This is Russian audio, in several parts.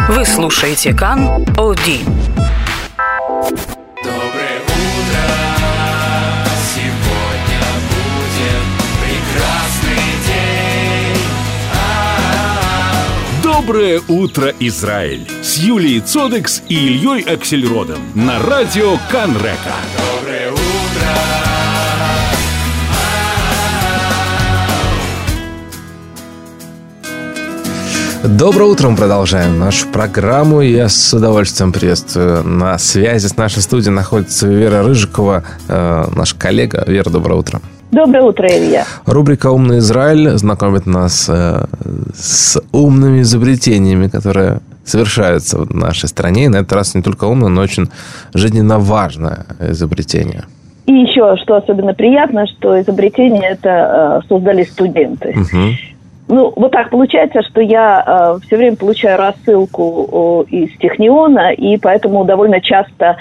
Вы слушаете Кан Оди. Доброе утро, сегодня будет прекрасный день. Доброе утро, Израиль! С Юлией Цодекс и Ильей Аксельродом на радио Кан-Река. Доброе утро. Доброе утро, мы продолжаем нашу программу. Я с удовольствием приветствую. На связи с нашей студией находится Вера Рыжикова, наша коллега. Вера, доброе утро. Доброе утро, Илья. Рубрика «Умный Израиль» знакомит нас с умными изобретениями, которые совершаются в нашей стране. И на этот раз не только умное, но очень жизненно важное изобретение. И еще, что особенно приятно, что изобретение это создали студенты. Угу. Ну, вот так получается, что я все время получаю рассылку из Техниона, и поэтому довольно часто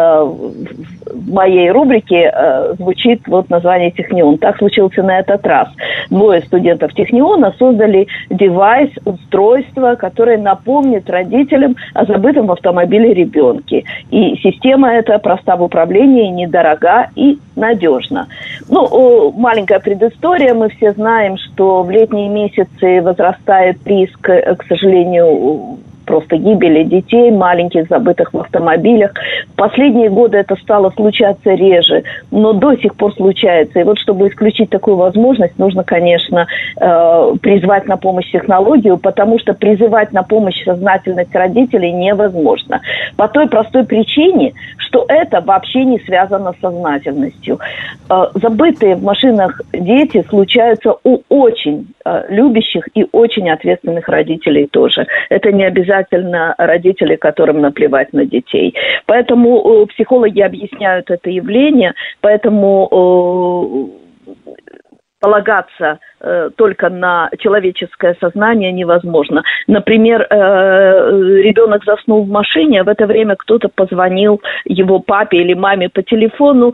в моей рубрике звучит вот название Технион. Так случилось и на этот раз. Двое студентов Техниона создали девайс, устройство, которое напомнит родителям о забытом в автомобиле ребенке. И система эта проста в управлении, недорога и надежна. Ну, маленькая предыстория. Мы все знаем, что в летние месяцы возрастает риск, к сожалению, просто гибели детей, маленьких, забытых в автомобилях. В последние годы это стало случаться реже, но до сих пор случается. И вот, чтобы исключить такую возможность, нужно, конечно, призвать на помощь технологию, потому что призывать на помощь сознательность родителей невозможно. По той простой причине, что это вообще не связано с сознательностью. Забытые в машинах дети случаются у очень любящих и очень ответственных родителей тоже. Это не обязательно родители, которым наплевать на детей. Поэтому психологи объясняют это явление, поэтому полагаться только на человеческое сознание невозможно. Например, ребенок заснул в машине, а в это время кто-то позвонил его папе или маме по телефону,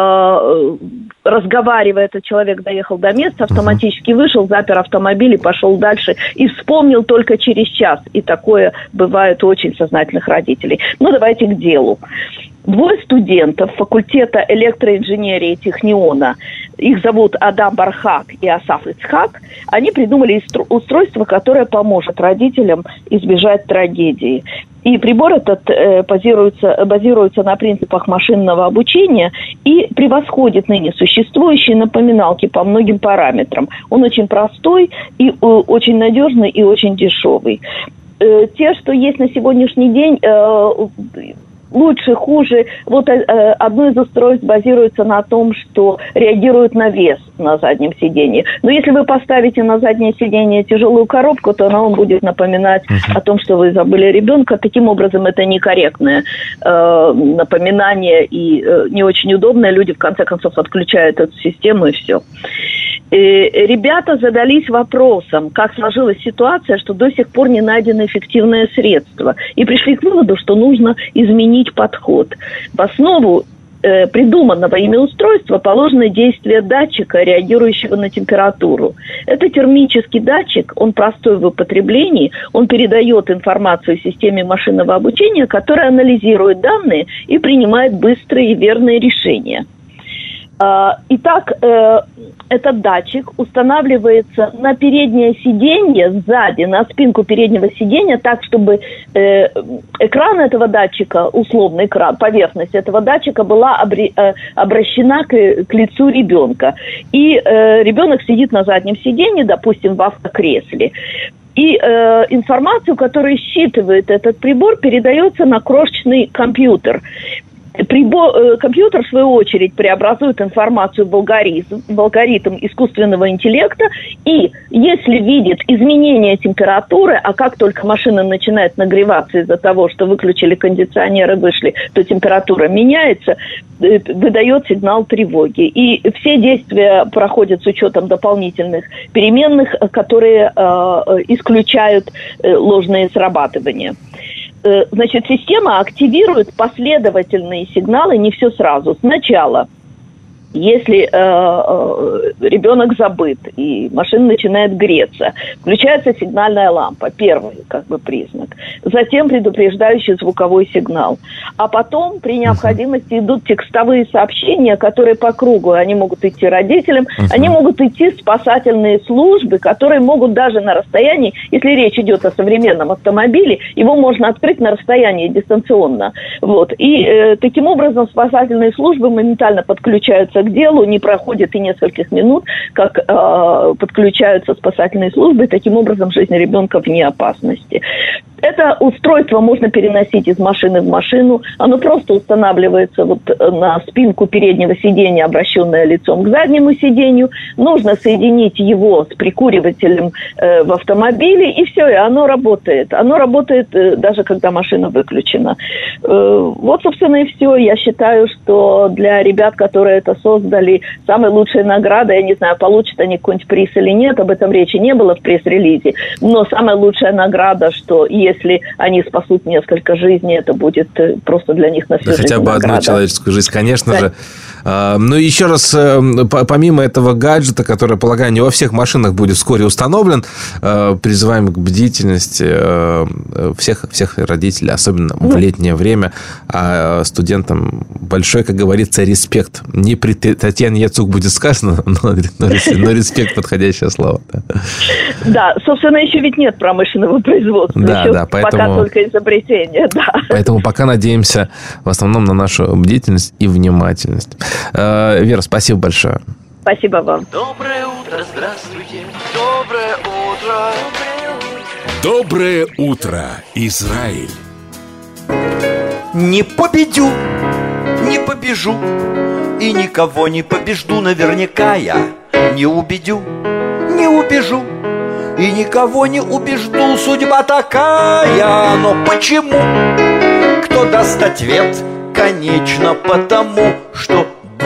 разговаривая, этот человек доехал до места, автоматически вышел, запер автомобиль и пошел дальше, и вспомнил только через час. И такое бывает у очень сознательных родителей. Ну, давайте к делу. Двое студентов факультета электроинженерии Техниона, их зовут Адам Бархак и Асаф Ицхак, они придумали устройство, которое поможет родителям избежать трагедии. И прибор этот базируется на принципах машинного обучения и превосходит ныне существующие напоминалки по многим параметрам. Он очень простой, и очень надежный и очень дешевый. Те, что есть на сегодняшний день, лучше, хуже. Вот одно из устройств базируется на том, что реагирует на вес на заднем сиденье. Но если вы поставите на заднее сиденье тяжелую коробку, то она вам будет напоминать о том, что вы забыли ребенка. Таким образом, это некорректное напоминание и не очень удобное. Люди, в конце концов, отключают эту систему и все. Ребята задались вопросом, как сложилась ситуация, что до сих пор не найдено эффективное средство. И пришли к выводу, что нужно изменить подход. В основу придуманного ими устройства положено действие датчика, реагирующего на температуру. Это термический датчик, он простой в употреблении, он передает информацию системе машинного обучения, которая анализирует данные и принимает быстрые и верные решения. Итак, этот датчик устанавливается на переднее сиденье, сзади, на спинку переднего сиденья, так, чтобы экран этого датчика, условный экран, поверхность этого датчика была обращена к лицу ребенка. И ребенок сидит на заднем сиденье, допустим, в автокресле. И информацию, которую считывает этот прибор, передается на крошечный компьютер. Компьютер, в свою очередь, преобразует информацию в алгоритм искусственного интеллекта, и если видит изменение температуры, а как только машина начинает нагреваться из-за того, что выключили кондиционер и вышли, то температура меняется, выдает сигнал тревоги. И все действия проходят с учетом дополнительных переменных, которые исключают ложные срабатывания. Значит, система активирует последовательные сигналы, не все сразу. Сначала Если ребенок забыт и машина начинает греться, включается сигнальная лампа, первый признак. Затем предупреждающий звуковой сигнал. А потом при необходимости идут текстовые сообщения, которые по кругу. Они могут идти родителям, они могут идти спасательные службы, которые могут даже на расстоянии, если речь идет о современном автомобиле, его можно открыть на расстоянии дистанционно. Вот. И таким образом спасательные службы моментально подключаются к делу, не проходит и нескольких минут, как подключаются спасательные службы, и таким образом жизнь ребенка вне опасности. Это устройство можно переносить из машины в машину. Оно просто устанавливается на спинку переднего сиденья, обращенное лицом к заднему сиденью. Нужно соединить его с прикуривателем в автомобиле, и все, и оно работает. Оно работает даже когда машина выключена. Вот, собственно, и все. Я считаю, что для ребят, которые это создали, самая лучшая награда, я не знаю, получат они какой-нибудь приз или нет, об этом речи не было в пресс-релизе, но самая лучшая награда, что если они спасут несколько жизней, это будет просто для них на всю жизнь хотя бы награда. Одну человеческую жизнь, конечно же. Ну, еще раз, помимо этого гаджета, который, полагаю, не во всех машинах будет вскоре установлен, призываем к бдительности всех родителей, особенно в летнее время. А студентам большой, как говорится, респект. Не при Татьяне Яцук будет сказано, но респект — подходящее слово. Да, собственно, еще ведь нет промышленного производства. Да, пока только изобретение, да. Поэтому пока надеемся в основном на нашу бдительность и внимательность. Вера, спасибо большое. Спасибо вам. Доброе утро, здравствуйте. Доброе утро. Доброе утро, Израиль. Не победю, не побежу, и никого не побежду, наверняка я не убедю, не убежу, и никого не убежду, судьба такая. Но почему? Кто даст ответ? Конечно, потому что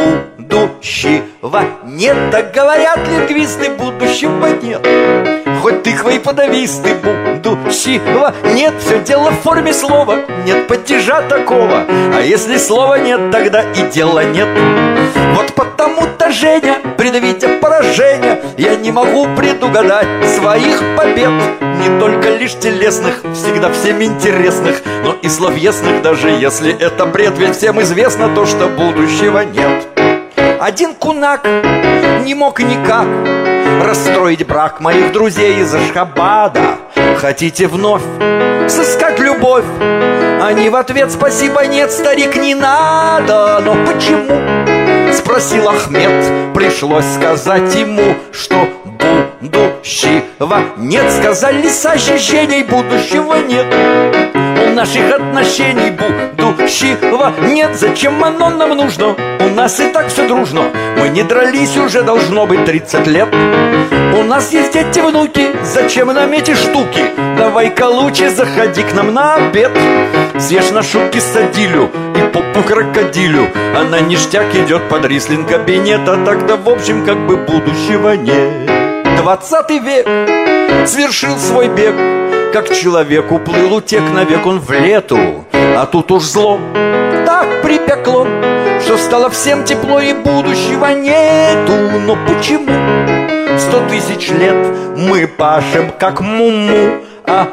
будущего нет. Так говорят лингвисты, будущего нет. Хоть тыквы и подависты, будущего нет. Все дело в форме слова, нет падежа такого. А если слова нет, тогда и дела нет. Вот потому-то, Женя, предвидя поражение, я не могу предугадать своих побед. Не только лишь телесных, всегда всем интересных, но и словесных, даже если это бред. Ведь всем известно то, что будущего нет. Один кунак не мог никак расстроить брак моих друзей из Ашхабада. Хотите вновь сыскать любовь? Они в ответ: спасибо, нет, старик, не надо. Но почему? Спросил Ахмед. Пришлось сказать ему, что будущего нет. Сказали с ощущений: будущего нет. У наших отношений будущего нет. Зачем оно нам нужно? У нас и так все дружно. Мы не дрались уже, должно быть, 30 лет. У нас есть дети, внуки. Зачем нам эти штуки? Давай-ка лучше заходи к нам на обед. Съешь на шутки садилю и попу крокодилю. А на ништяк идет под рислинг кабинет. А тогда, в общем, как бы будущего нет. 20 век свершил свой бег. Как человек уплыл, утек навек он в лету. А тут уж зло так припекло, что стало всем тепло и будущего нету. Но почему 100 тысяч лет мы пашем как муму, а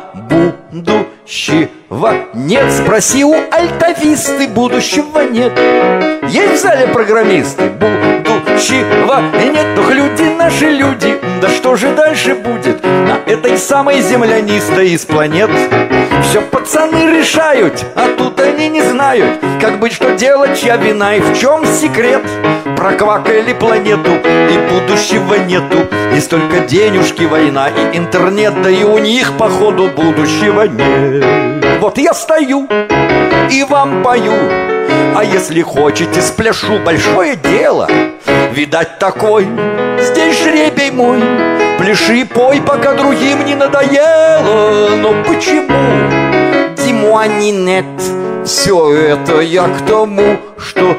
будущего нет? Спроси у альтависты, будущего нет. Есть в зале программисты, будущего нет. Ох, люди, наши люди, да что же дальше будет на этой самой землянистой из планет? Все пацаны решают, а тут они не знают, как быть, что делать, чья вина и в чем секрет. Проквакали планету, и будущего нету. Не столько денежки, война и интернет, да и у них, походу, будущего нет. Вот я стою и вам пою, а если хотите, спляшу, большое дело. Видать, такой здесь жребий мой. Пляши и пой, пока другим не надоело. Но почему? Димуанинет. Все это я к тому, что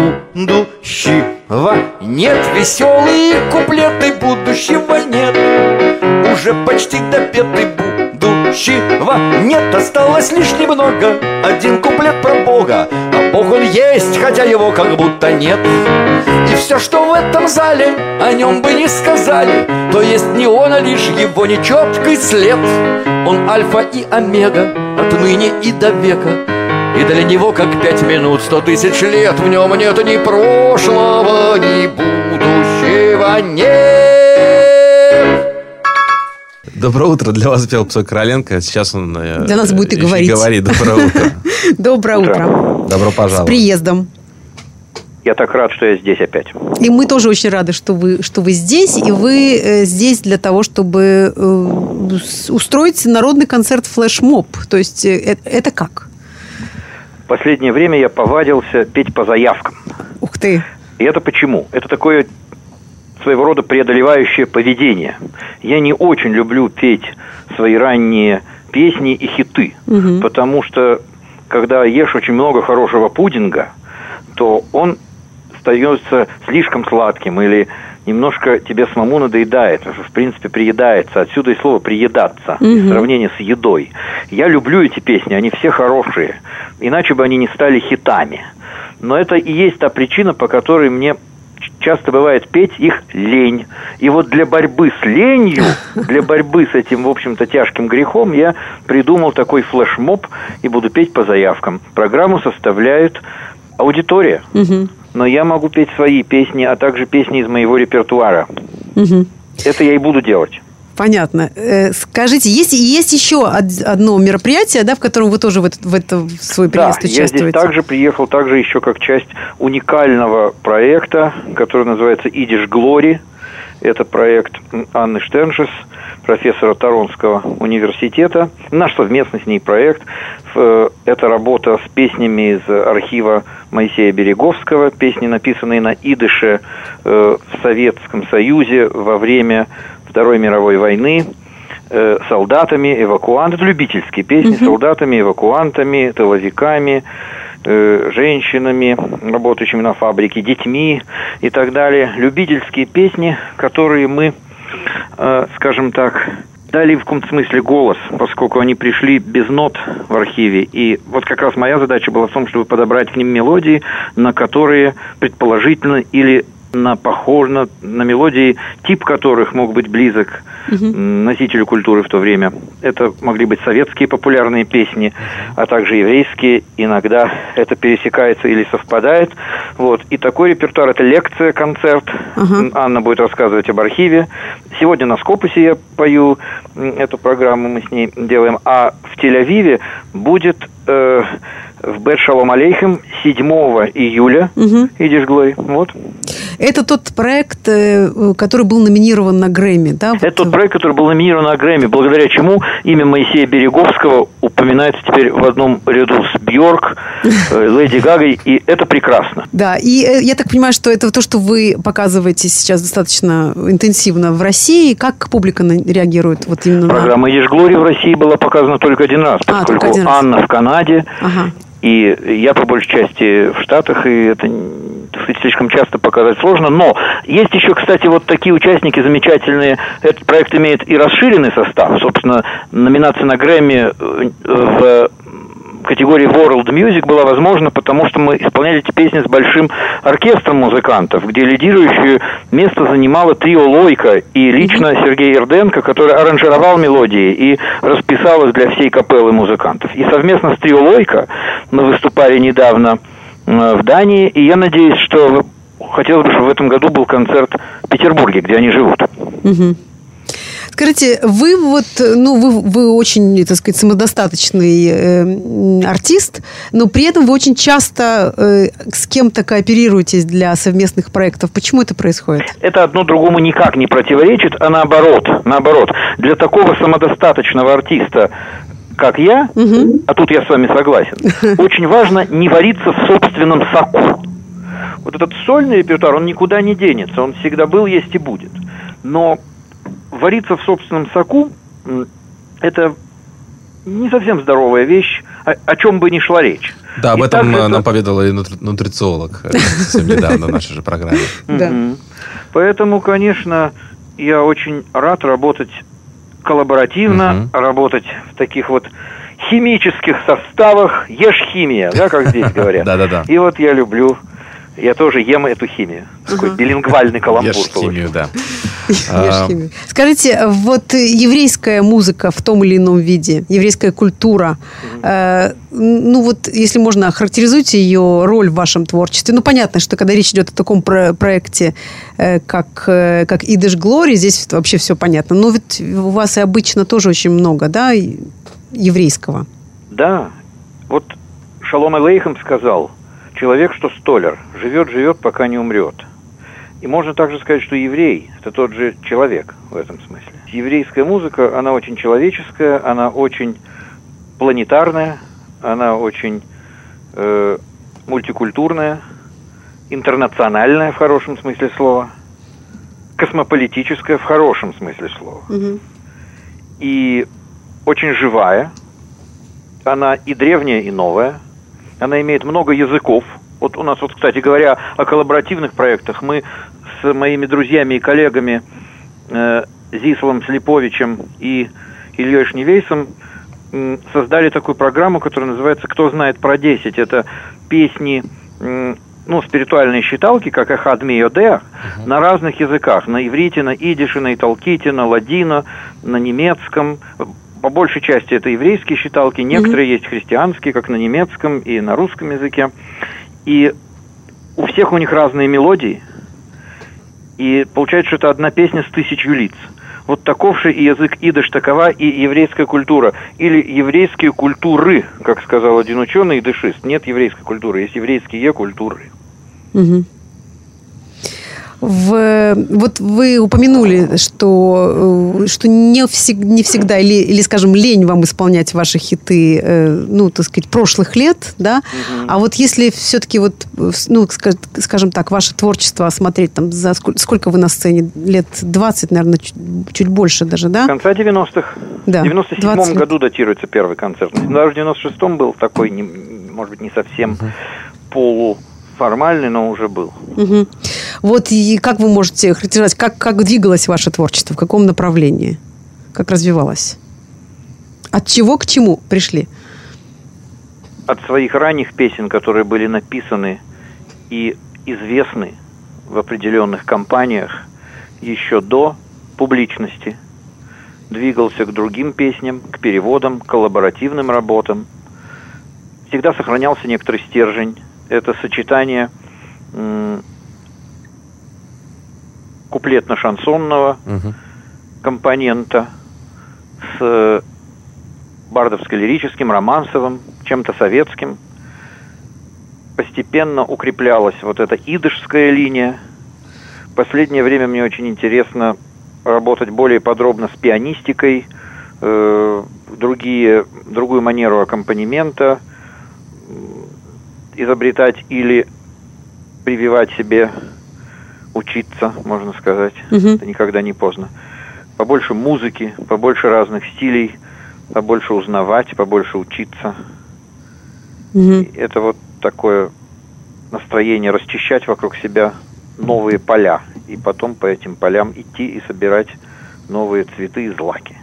будущего нет. Веселые куплеты, будущего нет. Уже почти допеты, будущего будущего нет, осталось лишь немного. Один куплет про Бога, а Бог он есть, хотя его как будто нет. И все, что в этом зале, о нем бы не сказали, то есть не он, а лишь его нечеткий след. Он альфа и омега, отныне и до века. И для него как 5 минут 100 тысяч лет. В нем нет ни прошлого, ни будущего нет. Доброе утро. Для вас пел Псой Короленко. Сейчас он для нас будет и говорить. Говорит. Доброе утро. Доброе утро. Добро пожаловать. С приездом. Я так рад, что я здесь опять. И мы тоже очень рады, что вы здесь. И вы здесь для того, чтобы устроить народный концерт флешмоб. То есть это как? В последнее время я повадился петь по заявкам. Ух ты. И это почему? Это такое своего рода преодолевающее поведение. Я не очень люблю петь свои ранние песни и хиты. Потому что, когда ешь очень много хорошего пудинга, то он становится слишком сладким или немножко тебе самому надоедает, в принципе, приедается. Отсюда и слово «приедаться», в сравнении с едой. Я люблю эти песни, они все хорошие, иначе бы они не стали хитами. Но это и есть та причина, по которой мне часто бывает петь их лень. И вот для борьбы с ленью, для борьбы с этим, в общем-то, тяжким грехом, я придумал такой флешмоб и буду петь по заявкам. Программу составляет аудитория. Но я могу петь свои песни, а также песни из моего репертуара. Это я и буду делать. Понятно. Скажите, есть еще одно мероприятие, да, в котором вы тоже в свой приезд участвуете? Да, я здесь также приехал, также еще как часть уникального проекта, который называется «Идиш Глори». Это проект Анны Штерншес, профессора Торонского университета. Наш совместный с ней проект. Это работа с песнями из архива Моисея Береговского. Песни, написанные на идыше в Советском Союзе во время Второй мировой войны. Солдатами, эвакуантами. Это любительские песни. Солдатами, эвакуантами, тыловиками, женщинами, работающими на фабрике, детьми и так далее. Любительские песни, которые мы, скажем так, дали в каком-то смысле голос, поскольку они пришли без нот в архиве. И вот как раз моя задача была в том, чтобы подобрать к ним мелодии, на которые предположительно или похож на мелодии, тип которых мог быть близок носителю культуры в то время. Это могли быть советские популярные песни, а также еврейские. Иногда это пересекается или совпадает. Вот. И такой репертуар – это лекция, концерт. Анна будет рассказывать об архиве. Сегодня на Скопусе я пою эту программу, мы с ней делаем. А в Тель-Авиве будет в Бет Шалом Алейхем 7 июля «Идиш Глори». Вот. Это тот проект, который был номинирован на Грэмми, да? Это тот проект, который был номинирован на Грэмми, благодаря чему имя Моисея Береговского упоминается теперь в одном ряду с Бьорк, Леди Гагой, и это прекрасно. Да, и я так понимаю, что это то, что вы показываете сейчас достаточно интенсивно в России. Как публика реагирует вот именно Программа «Идиш Глори» в России была показана только один раз, поскольку Анна в Канаде, и я, по большей части, в Штатах, и это, так сказать, слишком часто показать сложно. Но есть еще, кстати, вот такие участники замечательные. Этот проект имеет и расширенный состав. Собственно, номинация на Грэмми в категории World Music была возможна, потому что мы исполняли эти песни с большим оркестром музыкантов, где лидирующее место занимало трио «Лойка» и лично Сергей Ирденко, который аранжировал мелодии и расписал их для всей капеллы музыкантов. И совместно с трио «Лойка» мы выступали недавно в Дании, и я надеюсь, что хотелось бы, чтобы в этом году был концерт в Петербурге, где они живут. Скажите, вы вы очень, так сказать, самодостаточный артист, но при этом вы очень часто с кем-то кооперируетесь для совместных проектов. Почему это происходит? Это одно другому никак не противоречит, а наоборот. Для такого самодостаточного артиста, как я, а тут я с вами согласен, очень важно не вариться в собственном соку. Вот этот сольный репертуар, он никуда не денется, он всегда был, есть и будет. Но вариться в собственном соку – это не совсем здоровая вещь, о чем бы ни шла речь. Да, об этом нам поведала и нутрициолог совсем недавно в нашей же программе. Поэтому, конечно, я очень рад работать коллаборативно работать в таких вот химических составах. Ешь химия, да, как здесь говорят. Да-да-да. И вот я тоже ем эту химию. Такой билингвальный каламбур. Ешь химию, да. Скажите, вот еврейская музыка в том или ином виде, еврейская культура, ну вот, если можно, охарактеризуйте ее роль в вашем творчестве. Ну, понятно, что когда речь идет о таком проекте, как «Идиш Глори», здесь вообще все понятно. Но ведь у вас и обычно тоже очень много, да, еврейского. Да. Вот Шалом Алейхем сказал: человек, что столер, живет, пока не умрет. И можно также сказать, что еврей – это тот же человек в этом смысле. Еврейская музыка, она очень человеческая, она очень планетарная, она очень мультикультурная, интернациональная в хорошем смысле слова, космополитическая в хорошем смысле слова. И очень живая, она и древняя, и новая, она имеет много языков. Вот у нас, кстати говоря, о коллаборативных проектах, мы с моими друзьями и коллегами Зислом Слиповичем и Ильей Шневейсом создали такую программу, которая называется «Кто знает про 10». Это песни, спиритуальные считалки, как «Эхад Миодеах», на разных языках. На иврите, на идише, на италките, на ладино, на немецком. По большей части это еврейские считалки. Некоторые есть христианские, как на немецком и на русском языке. И у всех у них разные мелодии. И получается, что это одна песня с 1000 лиц. Вот таков же и язык идиш, такова и еврейская культура. Или еврейские культуры, как сказал один ученый, идишист. Нет еврейской культуры, есть еврейские культуры. Вот вы упомянули, что не всегда, или, скажем, лень вам исполнять ваши хиты, так сказать, прошлых лет, да? А вот если все-таки скажем так, ваше творчество осмотреть, там, за сколько вы на сцене? Лет 20, наверное, чуть больше даже, да? С конца 90-х. Да, в 97-м году датируется первый концерт. Даже в 96-м был такой, может быть, не совсем полуформальный, но уже был. Вот и как вы можете характеризовать, как двигалось ваше творчество, в каком направлении, как развивалось? От чего к чему пришли? От своих ранних песен, которые были написаны и известны в определенных компаниях еще до публичности, двигался к другим песням, к переводам, к коллаборативным работам. Всегда сохранялся некоторый стержень. Это сочетание куплетно-шансонного компонента с бардовско-лирическим, романсовым, чем-то советским. Постепенно укреплялась вот эта идишская линия. В последнее время мне очень интересно работать более подробно с пианистикой, другую манеру аккомпанемента изобретать или прививать себе, учиться, можно сказать. Это никогда не поздно. Побольше музыки, побольше разных стилей, побольше узнавать, побольше учиться. И это вот такое настроение расчищать вокруг себя новые поля. И потом по этим полям идти и собирать новые цветы и злаки.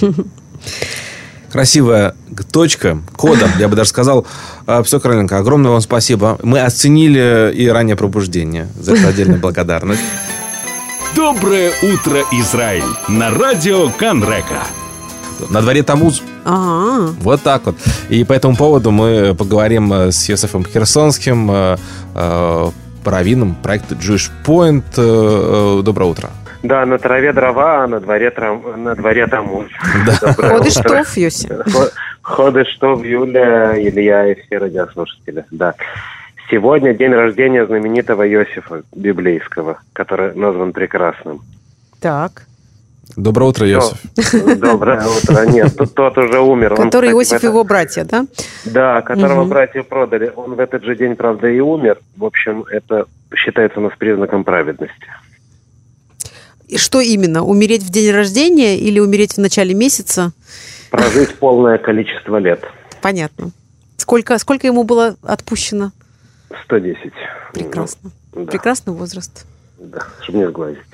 Красивая точка, кода, я бы даже сказал. Все, Короленко, огромное вам спасибо. Мы оценили и раннее пробуждение. За это отдельная благодарность. Доброе утро, Израиль! На радио Канрека. На дворе Тамуз. Вот так вот. И по этому поводу мы поговорим с Йосифом Херсонским, раввином проекта Jewish Point. Доброе утро. Да, на траве дрова, а на дворе Тамуз. Ходыш Тов, Йосиф. Ходыш Тов, Юля, Илья и все радиослушатели. Да. Сегодня день рождения знаменитого Йосифа библейского, который назван Прекрасным. Так. Доброе утро, Йосиф. Доброе утро. Нет, тот уже умер. Который Иосиф и его братья, да? Да, которого братья продали. Он в этот же день, правда, и умер. В общем, это считается у нас признаком праведности. И что именно? Умереть в день рождения или умереть в начале месяца? Прожить полное количество лет. Понятно. Сколько ему было отпущено? 110. Прекрасно. Да. Прекрасный возраст. Да, чтобы не сглазить.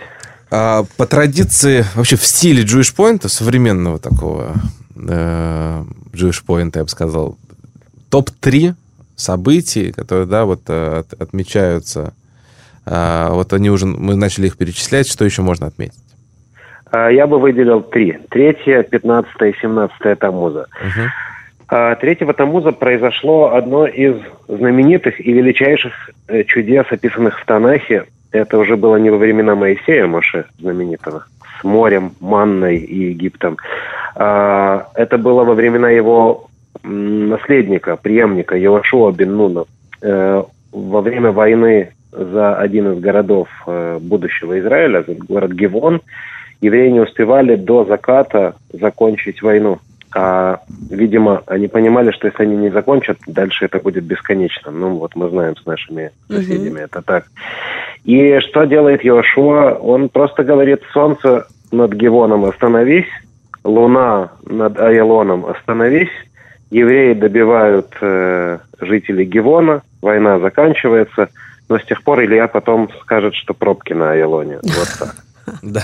По традиции, вообще в стиле Jewish Point, современного такого Jewish Point, я бы сказал, топ-3 событий, которые, да, вот отмечаются. Вот они уже, мы начали их перечислять, что еще можно отметить? Я бы выделил 3. 3, 15 и 17 Таммуза. 3 Таммуза произошло одно из знаменитых и величайших чудес, описанных в Танахе. Это уже было не во времена Моисея, Моше знаменитого, с морем, манной и Египтом. Это было во времена его наследника, преемника Йошуа бен Нуна. Во время войны за один из городов будущего Израиля, город Гивон, евреи не успевали до заката закончить войну. Видимо, они понимали, что если они не закончат, дальше это будет бесконечно. Ну, вот мы знаем с нашими соседями, это так. И что делает Йошуа? Он просто говорит: солнце над Гивоном остановись, луна над Айелоном остановись. Евреи добивают жителей Гивона, война заканчивается, но с тех пор Илья потом скажет, что пробки на Айелоне. Вот так. Да.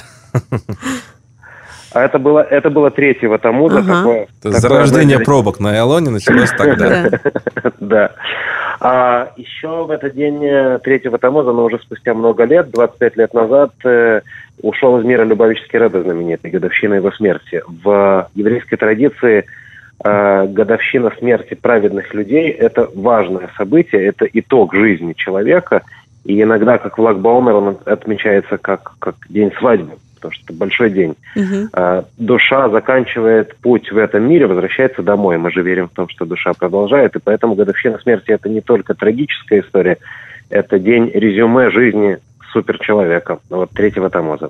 А это было 3 Таммуза. Зарождение пробок на Айелоне началось тогда. Да. А еще в этот день 3 Таммуза, но уже спустя много лет, 25 лет назад, ушел из мира Любавический Ребе, знаменитый, годовщина его смерти. В еврейской традиции годовщина смерти праведных людей – это важное событие, это итог жизни человека. И иногда, как в Lag-BaOmer, он отмечается как день свадьбы, потому что это большой день. Душа заканчивает путь в этом мире, возвращается домой. Мы же верим в том, что душа продолжает, и поэтому годовщина смерти – это не только трагическая история, это день резюме жизни суперчеловека, вот 3 Таммуза.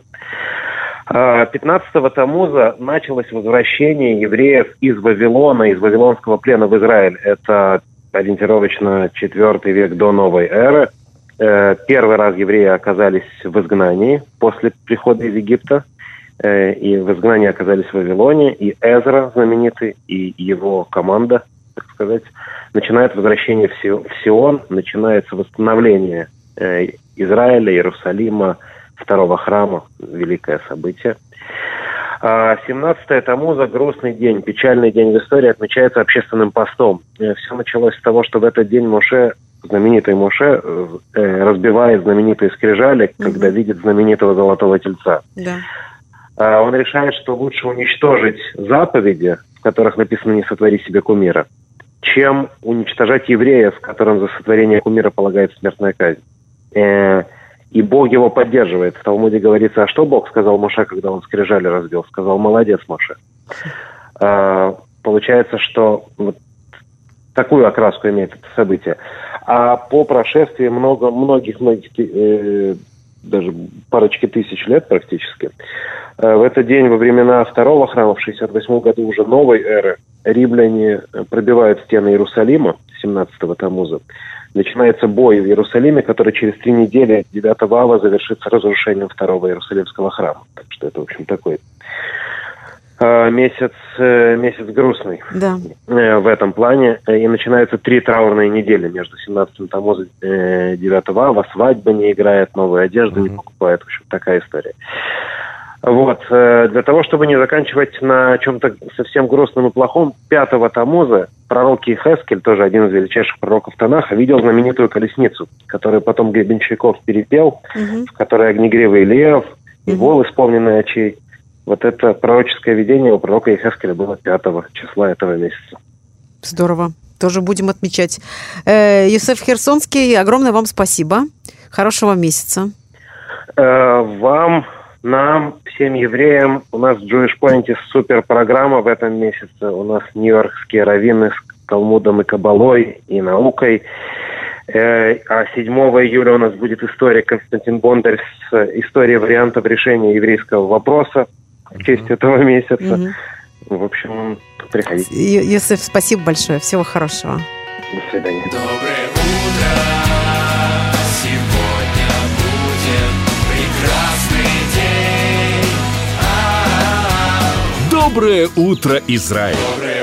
15 Таммуза началось возвращение евреев из Вавилона, из вавилонского плена в Израиль. Это ориентировочно 4 век до новой эры. Первый раз евреи оказались в изгнании после прихода из Египта. И в изгнании оказались в Вавилоне. И Эзра, знаменитый, и его команда, так сказать, начинают возвращение в Сион, начинается восстановление Израиля, Иерусалима, второго храма, великое событие. 17 Таммуза, грустный день, печальный день в истории, отмечается общественным постом. Все началось с того, что в этот день Моше, знаменитый Моше, разбивает знаменитые скрижали, когда видит знаменитого золотого тельца. Да. Он решает, что лучше уничтожить заповеди, в которых написано «не сотвори себе кумира», чем уничтожать евреев, которым за сотворение кумира полагается смертная казнь. И Бог его поддерживает. В Талмуде говорится: а что Бог сказал Моше, когда он скрижали разбил? Сказал: молодец, Моше. Получается, что вот такую окраску имеет это событие. А по прошествии многих даже парочки тысяч лет практически, в этот день, во времена второго храма, в 68 году уже новой эры, римляне пробивают стены Иерусалима 17 Таммуза. Начинается бой в Иерусалиме, который через 3 недели, 9 ава, завершится разрушением второго Иерусалимского храма. Так что это, в общем, такой месяц грустный, да, в этом плане. И начинаются 3 траурные недели между 17 Таммуза и 9 ава. Свадьба не играет, новую одежду не покупает. В общем, такая история. Вот. Для того, чтобы не заканчивать на чем-то совсем грустном и плохом, 5 Таммуза пророк Йехескель, тоже один из величайших пророков Танаха, видел знаменитую колесницу, которую потом Гребенщиков перепел, в которой огнегривый лев и вол, исполненный очей. Вот это пророческое видение у пророка Йехескеля было 5 числа этого месяца. Здорово. Тоже будем отмечать. Йосеф Херсонский, огромное вам спасибо. Хорошего месяца. Вам, нам, всем евреям. У нас в Jewish Point супер программа в этом месяце. У нас нью-йоркские раввины с Талмудом и Кабалой и наукой. А 7 июля у нас будет историк Константин Бондарь с историей вариантов решения еврейского вопроса в честь этого месяца. В общем, приходите. Йосеф, спасибо большое. Всего хорошего. До свидания. Доброе утро. Сегодня будет прекрасный день. Доброе утро, Израиль! Доброе